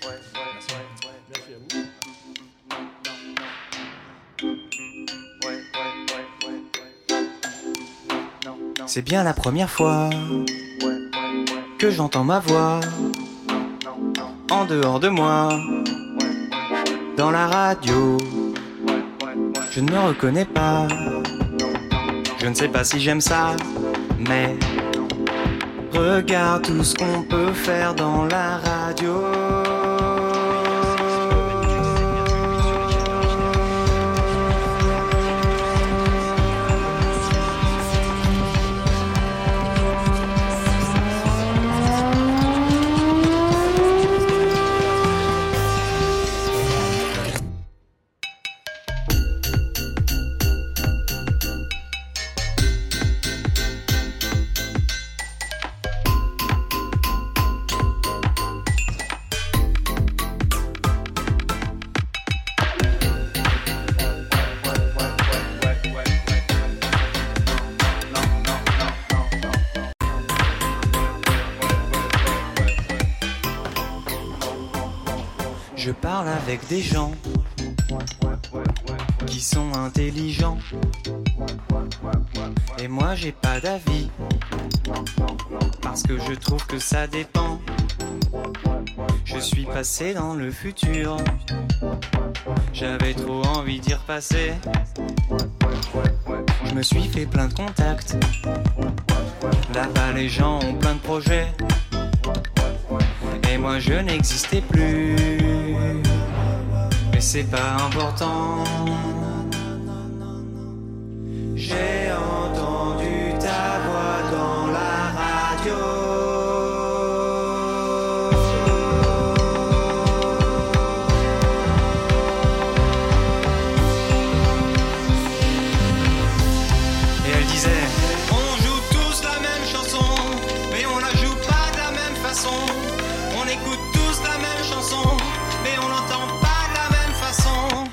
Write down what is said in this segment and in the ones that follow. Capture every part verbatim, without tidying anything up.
Merci à vous. C'est bien la première fois que j'entends ma voix en dehors de moi, dans la radio. Je ne me reconnais pas, je ne sais pas si j'aime ça, mais regarde tout ce qu'on peut faire dans la radio. Je parle avec des gens qui sont intelligents. Et moi j'ai pas d'avis, parce que je trouve que ça dépend. Je suis passé dans le futur, j'avais trop envie d'y repasser. Je me suis fait plein de contacts, là-bas les gens ont plein de projets. Et moi je n'existais plus, mais c'est pas important. J'ai entendu ta voix dans la radio. Et elle disait, on joue tous la même chanson, mais on la joue pas de la même façon. On écoute tous la même chanson, mais on l'entend pas de la même façon.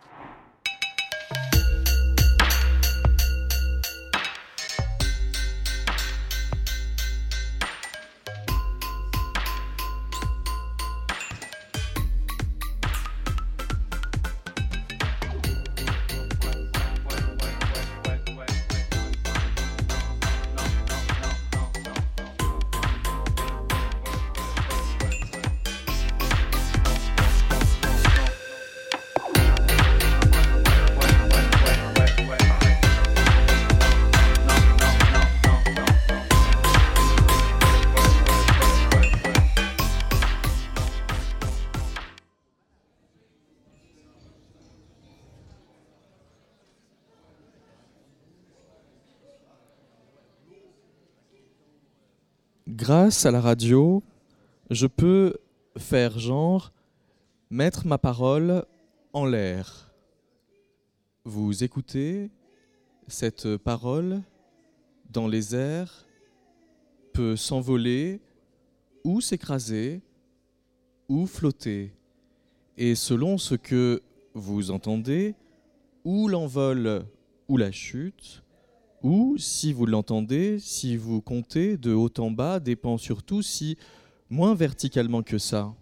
Grâce à la radio, je peux faire genre mettre ma parole en l'air. Vous écoutez, cette parole dans les airs peut s'envoler ou s'écraser ou flotter. Et selon ce que vous entendez, ou l'envol ou la chute, ou, si vous l'entendez, si vous comptez de haut en bas, dépend surtout si moins verticalement que ça.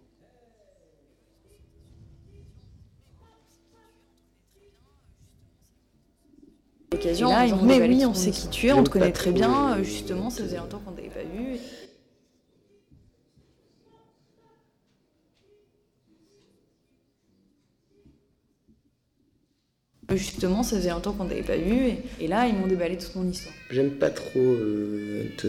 Occasion, là, ils mais oui, on sait qui tu es, on te connaît très bien, justement, ça faisait longtemps qu'on ne t'avait pas vu. Justement, ça faisait longtemps qu'on t'avait pas vu, et, et là, ils m'ont déballé toute mon histoire. J'aime pas trop euh, te...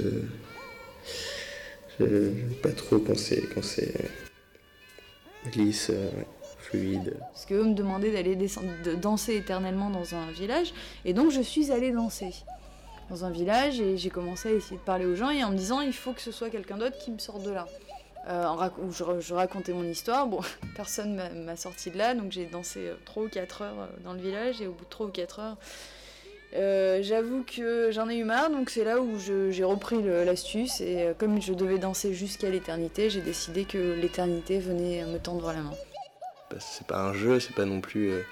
J'aime pas trop quand c'est, quand c'est lisse, euh, fluide. Parce qu'eux me demandaient d'aller descendre, de danser éternellement dans un village, et donc je suis allée danser dans un village, et j'ai commencé à essayer de parler aux gens, et en me disant, il faut que ce soit quelqu'un d'autre qui me sorte de là. Euh, en rac- où je, je racontais mon histoire, bon, personne m'a, m'a sorti de là, donc j'ai dansé trois ou quatre heures dans le village, et au bout de trois ou quatre heures, euh, j'avoue que j'en ai eu marre, donc c'est là où je, j'ai repris le, l'astuce, et euh, comme je devais danser jusqu'à l'éternité, j'ai décidé que l'éternité venait me tendre la main. Bah, c'est pas un jeu, c'est pas non plus... Euh...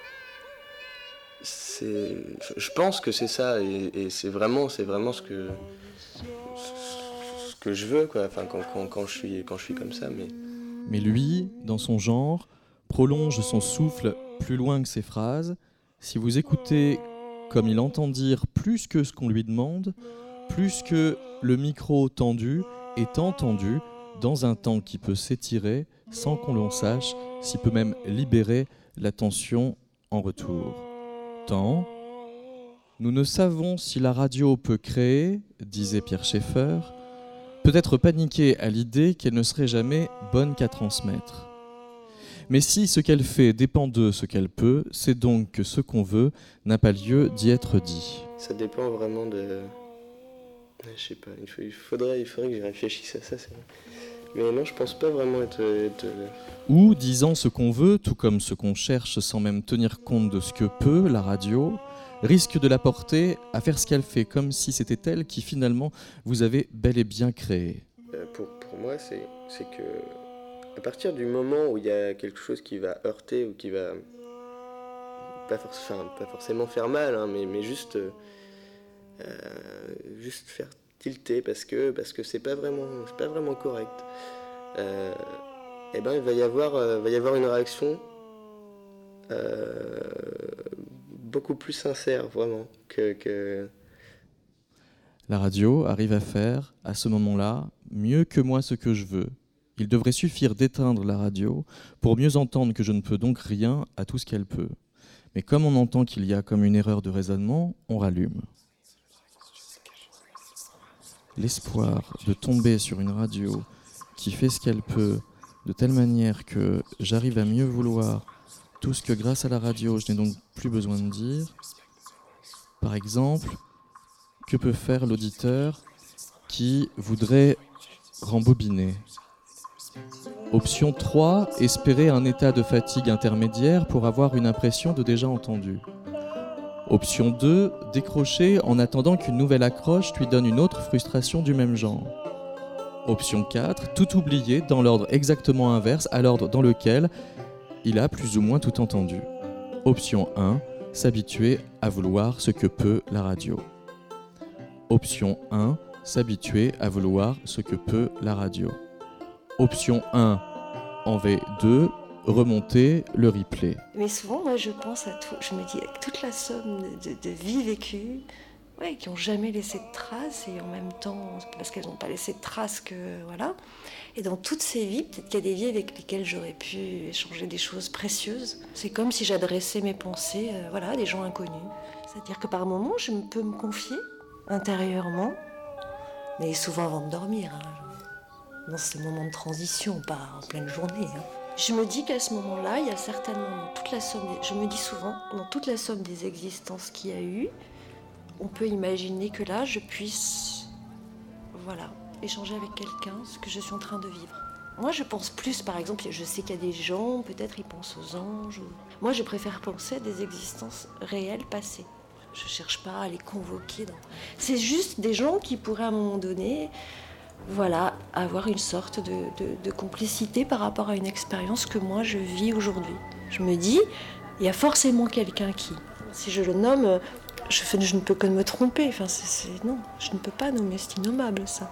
C'est... Je pense que c'est ça, et, et c'est vraiment, c'est vraiment ce que... que je veux, quoi, enfin, quand, quand, quand, je suis, quand je suis comme ça, mais Mais lui, dans son genre, prolonge son souffle plus loin que ses phrases. Si vous écoutez comme il entend dire plus que ce qu'on lui demande, plus que le micro tendu est entendu dans un temps qui peut s'étirer sans qu'on l'on sache, s'il peut même libérer l'attention en retour. Temps. Nous ne savons si la radio peut créer, disait Pierre Schaeffer, peut-être paniquer à l'idée qu'elle ne serait jamais bonne qu'à transmettre. Mais si ce qu'elle fait dépend de ce qu'elle peut, c'est donc que ce qu'on veut n'a pas lieu d'y être dit. Ça dépend vraiment de... Je sais pas, il faudrait, il faudrait que j'y réfléchisse à ça, c'est vrai. Mais non, je pense pas vraiment être... être... Ou disant ce qu'on veut, tout comme ce qu'on cherche sans même tenir compte de ce que peut la radio, risque de la porter à faire ce qu'elle fait, comme si c'était elle qui finalement vous avait bel et bien créé. Euh, pour, pour moi, c'est, c'est que à partir du moment où il y a quelque chose qui va heurter ou qui va pas, for- enfin, pas forcément faire mal, hein, mais, mais juste, euh, juste faire tilter parce que, parce que c'est pas vraiment, c'est pas vraiment correct, euh, et ben, il va y avoir, euh, va y avoir une réaction euh, beaucoup plus sincère, vraiment, que... que... La radio arrive à faire, à ce moment-là, mieux que moi ce que je veux. Il devrait suffire d'éteindre la radio pour mieux entendre que je ne peux donc rien à tout ce qu'elle peut. Mais comme on entend qu'il y a comme une erreur de raisonnement, on rallume. L'espoir de tomber sur une radio qui fait ce qu'elle peut, de telle manière que j'arrive à mieux vouloir tout ce que grâce à la radio je n'ai donc plus besoin de dire. Par exemple, que peut faire l'auditeur qui voudrait rembobiner ? Option trois, espérer un état de fatigue intermédiaire pour avoir une impression de déjà entendu. Option deux, décrocher en attendant qu'une nouvelle accroche lui donne une autre frustration du même genre. Option quatre, tout oublier dans l'ordre exactement inverse à l'ordre dans lequel il a plus ou moins tout entendu. Option un, s'habituer à vouloir ce que peut la radio. Option un, s'habituer à vouloir ce que peut la radio. Option un, en V deux, remonter le replay. Mais souvent, moi, je pense à tout. Je me dis, avec toute la somme de, de, de vies vécues, ouais, qui n'ont jamais laissé de traces, et en même temps, c'est parce qu'elles n'ont pas laissé de traces que, voilà. Et dans toutes ces vies, peut-être qu'il y a des vies avec lesquelles j'aurais pu échanger des choses précieuses. C'est comme si j'adressais mes pensées, euh, voilà, à des gens inconnus. C'est-à-dire que par moments, je peux me confier intérieurement, mais souvent avant de dormir, hein, dans ces moments de transition, pas en pleine journée. Hein. Je me dis qu'à ce moment-là, il y a certainement dans toute la somme, des, je me dis souvent, dans toute la somme des existences qu'il y a eu, on peut imaginer que là, je puisse, voilà, échanger avec quelqu'un ce que je suis en train de vivre. Moi, je pense plus, par exemple, je sais qu'il y a des gens, peut-être ils pensent aux anges. Ou... Moi, je préfère penser à des existences réelles passées. Je cherche pas à les convoquer. Dans... C'est juste des gens qui pourraient à un moment donné, voilà, avoir une sorte de, de, de complicité par rapport à une expérience que moi je vis aujourd'hui. Je me dis, il y a forcément quelqu'un qui, si je le nomme, je, fais, je ne peux que me tromper. Enfin, c'est, c'est, non, je ne peux pas nommer, c'est innommable ça.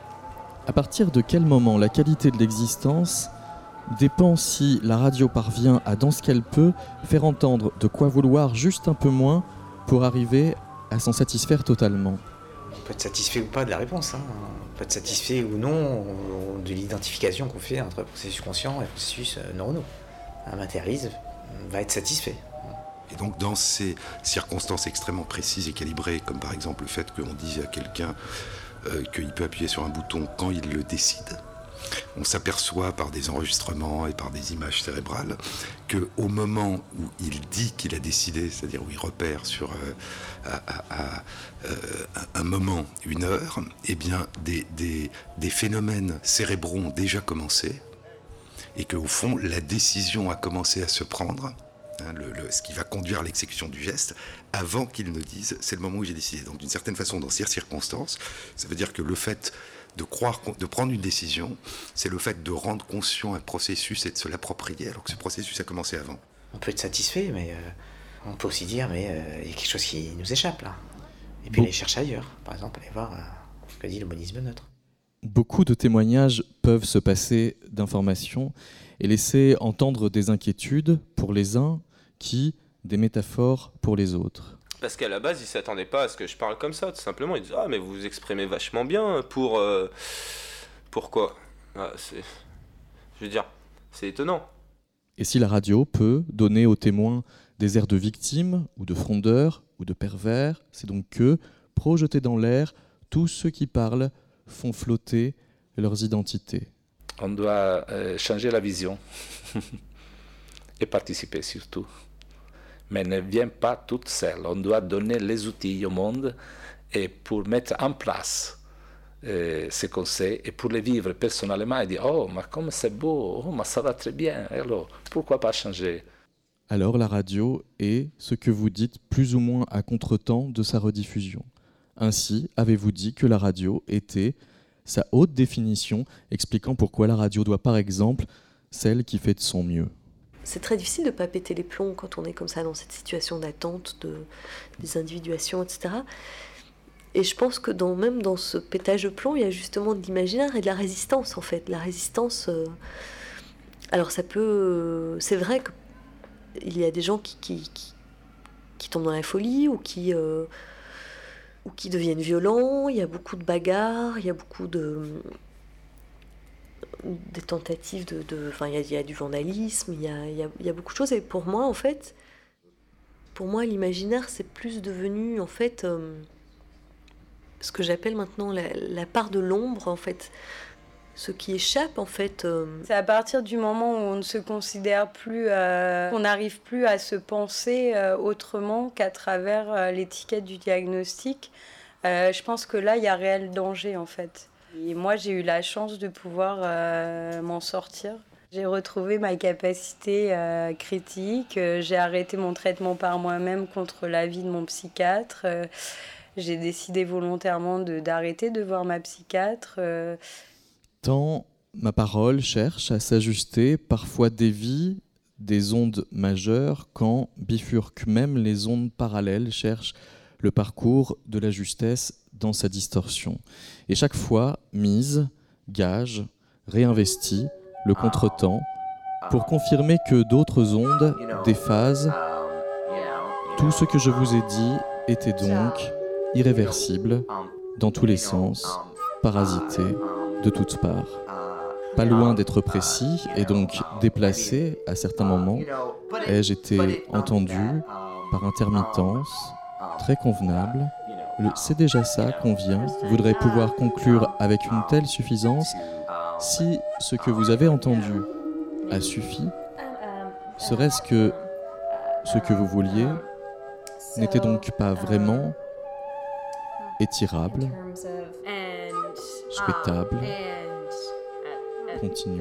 À partir de quel moment la qualité de l'existence dépend si la radio parvient à, dans ce qu'elle peut, faire entendre de quoi vouloir juste un peu moins pour arriver à s'en satisfaire totalement. On peut être satisfait ou pas de la réponse, hein. On peut être satisfait ou non de l'identification qu'on fait entre le processus conscient et le processus neuronaux. Un matérialisme va être satisfait. Et donc dans ces circonstances extrêmement précises et calibrées, comme par exemple le fait qu'on dise à quelqu'un euh, qu'il peut appuyer sur un bouton quand il le décide, on s'aperçoit par des enregistrements et par des images cérébrales qu'au moment où il dit qu'il a décidé, c'est-à-dire où il repère sur euh, à, à, à, euh, un moment, une heure, eh bien des, des, des phénomènes cérébraux ont déjà commencé et qu'au fond la décision a commencé à se prendre, hein, le, le, ce qui va conduire à l'exécution du geste, avant qu'il ne dise c'est le moment où j'ai décidé. Donc d'une certaine façon, dans ces circonstances, ça veut dire que le fait de croire, de prendre une décision, c'est le fait de rendre conscient un processus et de se l'approprier, alors que ce processus a commencé avant. On peut être satisfait, mais euh, on peut aussi dire, mais euh, il y a quelque chose qui nous échappe là. Et puis bon. Aller chercher ailleurs, par exemple, aller voir euh, ce que dit le monisme neutre. Beaucoup de témoignages peuvent se passer d'informations et laisser entendre des inquiétudes pour les uns qui des métaphores pour les autres. Parce qu'à la base, ils ne s'attendaient pas à ce que je parle comme ça, tout simplement. Ils disent « Ah, mais vous vous exprimez vachement bien pour... Euh, pourquoi ah, c'est... Je veux dire, c'est étonnant. » Et si la radio peut donner aux témoins des airs de victimes, ou de frondeurs, ou de pervers, c'est donc que, projetés dans l'air, tous ceux qui parlent font flotter leurs identités. On doit euh, changer la vision et participer surtout. Mais ne vient pas toute seule. On doit donner les outils au monde et pour mettre en place euh, ce qu'on sait et pour les vivre personnellement et dire « Oh, mais comme c'est beau, oh, mais ça va très bien, alors pourquoi pas changer ?» Alors la radio est ce que vous dites plus ou moins à contretemps de sa rediffusion. Ainsi, avez-vous dit que la radio était sa haute définition, expliquant pourquoi la radio doit par exemple celle qui fait de son mieux. C'est très difficile de ne pas péter les plombs quand on est comme ça dans cette situation d'attente, de, des individuations, et cetera. Et je pense que dans, même dans ce pétage de plomb, il y a justement de l'imaginaire et de la résistance en fait. La résistance, euh... alors ça peut... Euh... C'est vrai qu'il y a des gens qui, qui, qui, qui tombent dans la folie ou qui... Euh... ou qui deviennent violents, il y a beaucoup de bagarres, il y a beaucoup de... des tentatives de... de... Enfin, il y a, il y a du vandalisme, il y a, il, y a, il y a beaucoup de choses. Et pour moi, en fait, pour moi, l'imaginaire, c'est plus devenu, en fait, euh, ce que j'appelle maintenant la, la part de l'ombre, en fait. Ce qui échappe, en fait... Euh... C'est à partir du moment où on ne se considère plus... Euh, qu'on n'arrive plus à se penser euh, autrement qu'à travers euh, l'étiquette du diagnostic. Euh, je pense que là, il y a réel danger, en fait. Et moi, j'ai eu la chance de pouvoir euh, m'en sortir. J'ai retrouvé ma capacité euh, critique. Euh, j'ai arrêté mon traitement par moi-même contre l'avis de mon psychiatre. Euh, j'ai décidé volontairement de, d'arrêter de voir ma psychiatre. Euh, Tant ma parole cherche à s'ajuster, parfois dévie des ondes majeures, quand bifurquent même les ondes parallèles cherchent le parcours de la justesse dans sa distorsion. Et chaque fois, mise, gage, réinvestit le contretemps pour confirmer que d'autres ondes déphasent. Tout ce que je vous ai dit était donc irréversible, dans tous les sens, parasité de toutes parts. Pas loin d'être précis et donc déplacé à certains moments, ai-je été entendu par intermittence, très convenable. Le « c'est déjà ça qu'on vient » voudrait pouvoir conclure avec une telle suffisance. Si ce que vous avez entendu a suffi, serait-ce que ce que vous vouliez n'était donc pas vraiment étirable, souhaitable, continu.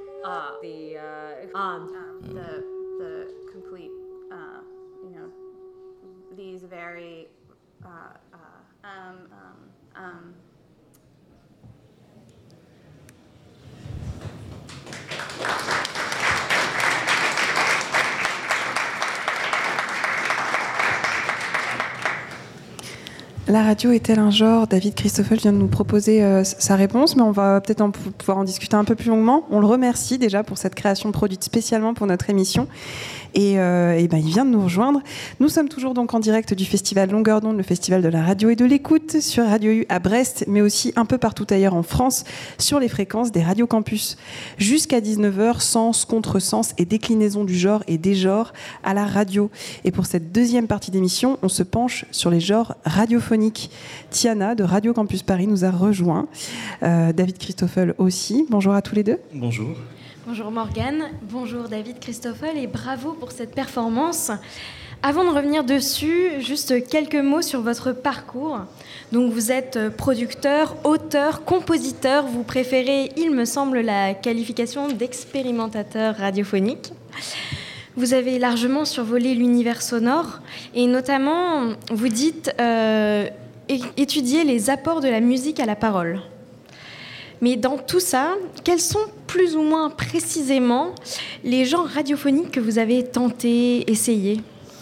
La radio est-elle un genre ? David Christoffel vient de nous proposer euh, sa réponse, mais on va peut-être en, pouvoir en discuter un peu plus longuement. On le remercie déjà pour cette création produite spécialement pour notre émission. Et, euh, et ben, il vient de nous rejoindre. Nous sommes toujours donc en direct du festival Longueur d'onde, le festival de la radio et de l'écoute, sur Radio U à Brest, mais aussi un peu partout ailleurs en France, sur les fréquences des radios campus. Jusqu'à dix-neuf heures, sens, contresens et déclinaison du genre et des genres à la radio. Et pour cette deuxième partie d'émission, on se penche sur les genres radiophoniques. Tiana de Radio Campus Paris nous a rejoint. Euh, David Christoffel aussi. Bonjour à tous les deux. Bonjour. Bonjour Morgane, bonjour David Christoffel et bravo pour cette performance. Avant de revenir dessus, juste quelques mots sur votre parcours. Donc vous êtes producteur, auteur, compositeur. Vous préférez, il me semble, la qualification d'expérimentateur radiophonique. Vous avez largement survolé l'univers sonore et notamment, vous dites euh, étudier les apports de la musique à la parole. Mais dans tout ça, quels sont plus ou moins précisément les genres radiophoniques que vous avez tenté, essayé ?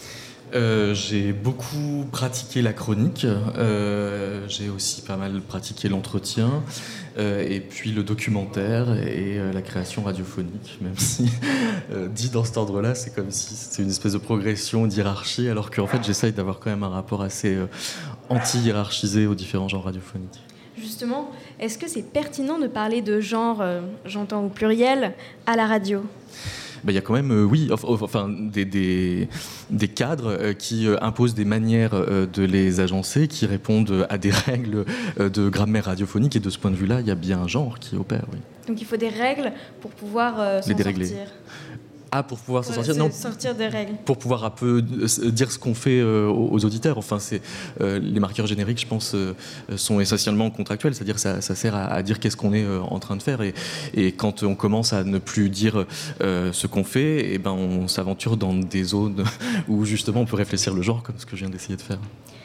Euh, j'ai beaucoup pratiqué la chronique, euh, j'ai aussi pas mal pratiqué l'entretien, euh, et puis le documentaire et euh, la création radiophonique, même si, euh, dit dans cet ordre-là, c'est comme si c'était une espèce de progression d'hiérarchie, alors qu'en fait j'essaye d'avoir quand même un rapport assez euh, anti-hiérarchisé aux différents genres radiophoniques. Justement, est-ce que c'est pertinent de parler de genre, euh, j'entends au pluriel, à la radio ? Ben, y a quand même, euh, oui, enfin, des, des, des cadres euh, qui euh, imposent des manières euh, de les agencer, qui répondent à des règles euh, de grammaire radiophonique, et de ce point de vue-là, il y a bien un genre qui opère, oui. Donc il faut des règles pour pouvoir euh, s'en les dérégler. sortir. Ah, pour pouvoir s'en Ouais, sortir, non. Sortir des règles. Pour pouvoir un peu dire ce qu'on fait euh, aux auditeurs. Enfin, c'est euh, les marqueurs génériques, je pense, euh, sont essentiellement contractuels, c'est-à-dire que ça, ça sert à, à dire qu'est-ce qu'on est euh, en train de faire. Et, et quand on commence à ne plus dire euh, ce qu'on fait, et ben on s'aventure dans des zones où justement on peut réfléchir le genre, comme ce que je viens d'essayer de faire.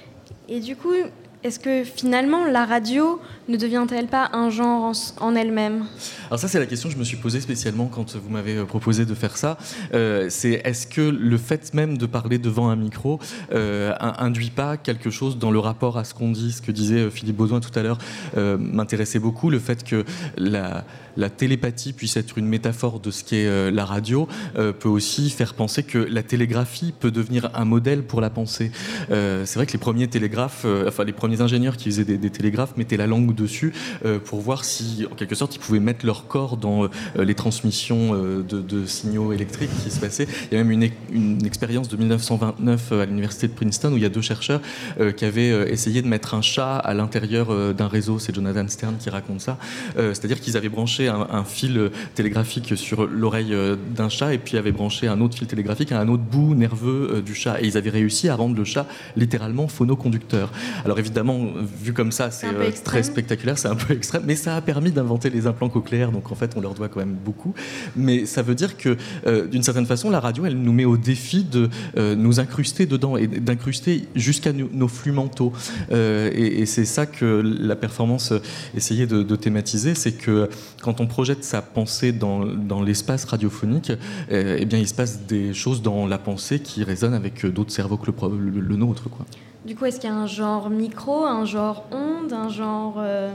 Et du coup, est-ce que finalement la radio ne devient-elle pas un genre en, en elle-même ? Alors ça, c'est la question que je me suis posée spécialement quand vous m'avez proposé de faire ça. Euh, c'est est-ce que le fait même de parler devant un micro euh, induit pas quelque chose dans le rapport à ce qu'on dit ? Ce que disait Philippe Baudouin tout à l'heure euh, m'intéressait beaucoup, le fait que la, la télépathie puisse être une métaphore de ce qu'est euh, la radio euh, peut aussi faire penser que la télégraphie peut devenir un modèle pour la pensée. Euh, c'est vrai que les premiers télégraphes, euh, enfin les premiers ingénieurs qui faisaient des, des télégraphes mettaient la langue dessus euh, pour voir si, en quelque sorte, ils pouvaient mettre leur corps dans euh, les transmissions euh, de, de signaux électriques qui se passaient. Il y a même une, une expérience de dix-neuf cent vingt-neuf à l'université de Princeton où il y a deux chercheurs euh, qui avaient euh, essayé de mettre un chat à l'intérieur euh, d'un réseau. C'est Jonathan Stern qui raconte ça. Euh, c'est-à-dire qu'ils avaient branché un, un fil télégraphique sur l'oreille euh, d'un chat et puis avaient branché un autre fil télégraphique à un autre bout nerveux euh, du chat. Et ils avaient réussi à rendre le chat littéralement phonoconducteur. Alors évidemment, vu comme ça, c'est euh, très spectaculaire, c'est un peu extrême, mais ça a permis d'inventer les implants cochléaires, donc en fait on leur doit quand même beaucoup. Mais ça veut dire que euh, d'une certaine façon, la radio, elle nous met au défi de euh, nous incruster dedans et d'incruster jusqu'à nos, nos flux mentaux. Euh, et, et c'est ça que la performance essayait de, de thématiser, c'est que quand on projette sa pensée dans, dans l'espace radiophonique, euh, eh bien il se passe des choses dans la pensée qui résonnent avec d'autres cerveaux que le, le, le nôtre, quoi. Du coup, est-ce qu'il y a un genre micro, un genre onde, un genre... Euh...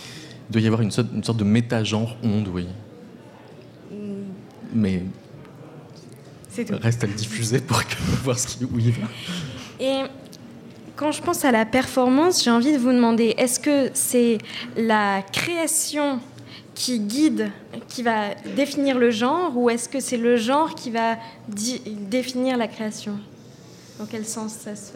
Il doit y avoir une sorte, une sorte de méta-genre onde, oui. Mm. Mais c'est tout. Reste à le diffuser pour que, voir ce qui, où il va. Et quand je pense à la performance, j'ai envie de vous demander, est-ce que c'est la création qui guide, qui va définir le genre, ou est-ce que c'est le genre qui va di- définir la création ? Dans quel sens ça se...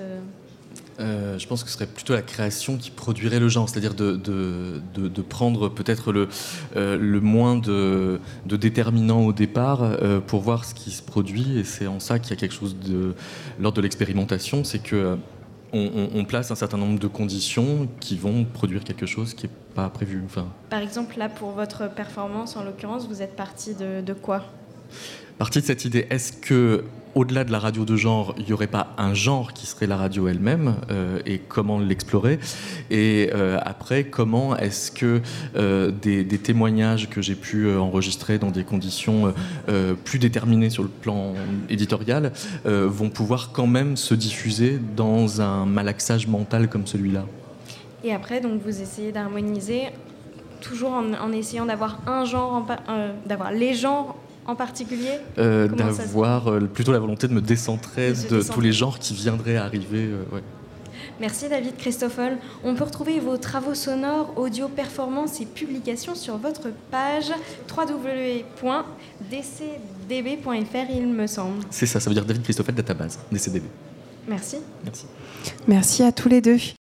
Euh, je pense que ce serait plutôt la création qui produirait le genre, c'est-à-dire de, de, de, de prendre peut-être le, euh, le moins de, de déterminants au départ euh, pour voir ce qui se produit, et c'est en ça qu'il y a quelque chose de l'ordre de l'expérimentation, c'est que euh, on, on, on place un certain nombre de conditions qui vont produire quelque chose qui n'est pas prévu. Enfin... Par exemple, là, pour votre performance, en l'occurrence, vous êtes parti de, de quoi ? Partie de cette idée, est-ce que au-delà de la radio de genre, il n'y aurait pas un genre qui serait la radio elle-même, euh, et comment l'explorer ? Et euh, après, comment est-ce que euh, des, des témoignages que j'ai pu euh, enregistrer dans des conditions euh, plus déterminées sur le plan éditorial euh, vont pouvoir quand même se diffuser dans un malaxage mental comme celui-là ? Et après, donc, vous essayez d'harmoniser, toujours en, en essayant d'avoir un genre, en pa- euh, d'avoir les genres en particulier euh, D'avoir euh, plutôt la volonté de me décentrer de, de tous les genres qui viendraient à arriver. Euh, ouais. Merci David Christoffel. On peut retrouver vos travaux sonores, audio, performances et publications sur votre page w w w point d c d b point f r, il me semble. C'est ça, ça veut dire David Christoffel Database, D C D B. Merci. Merci. Merci à tous les deux.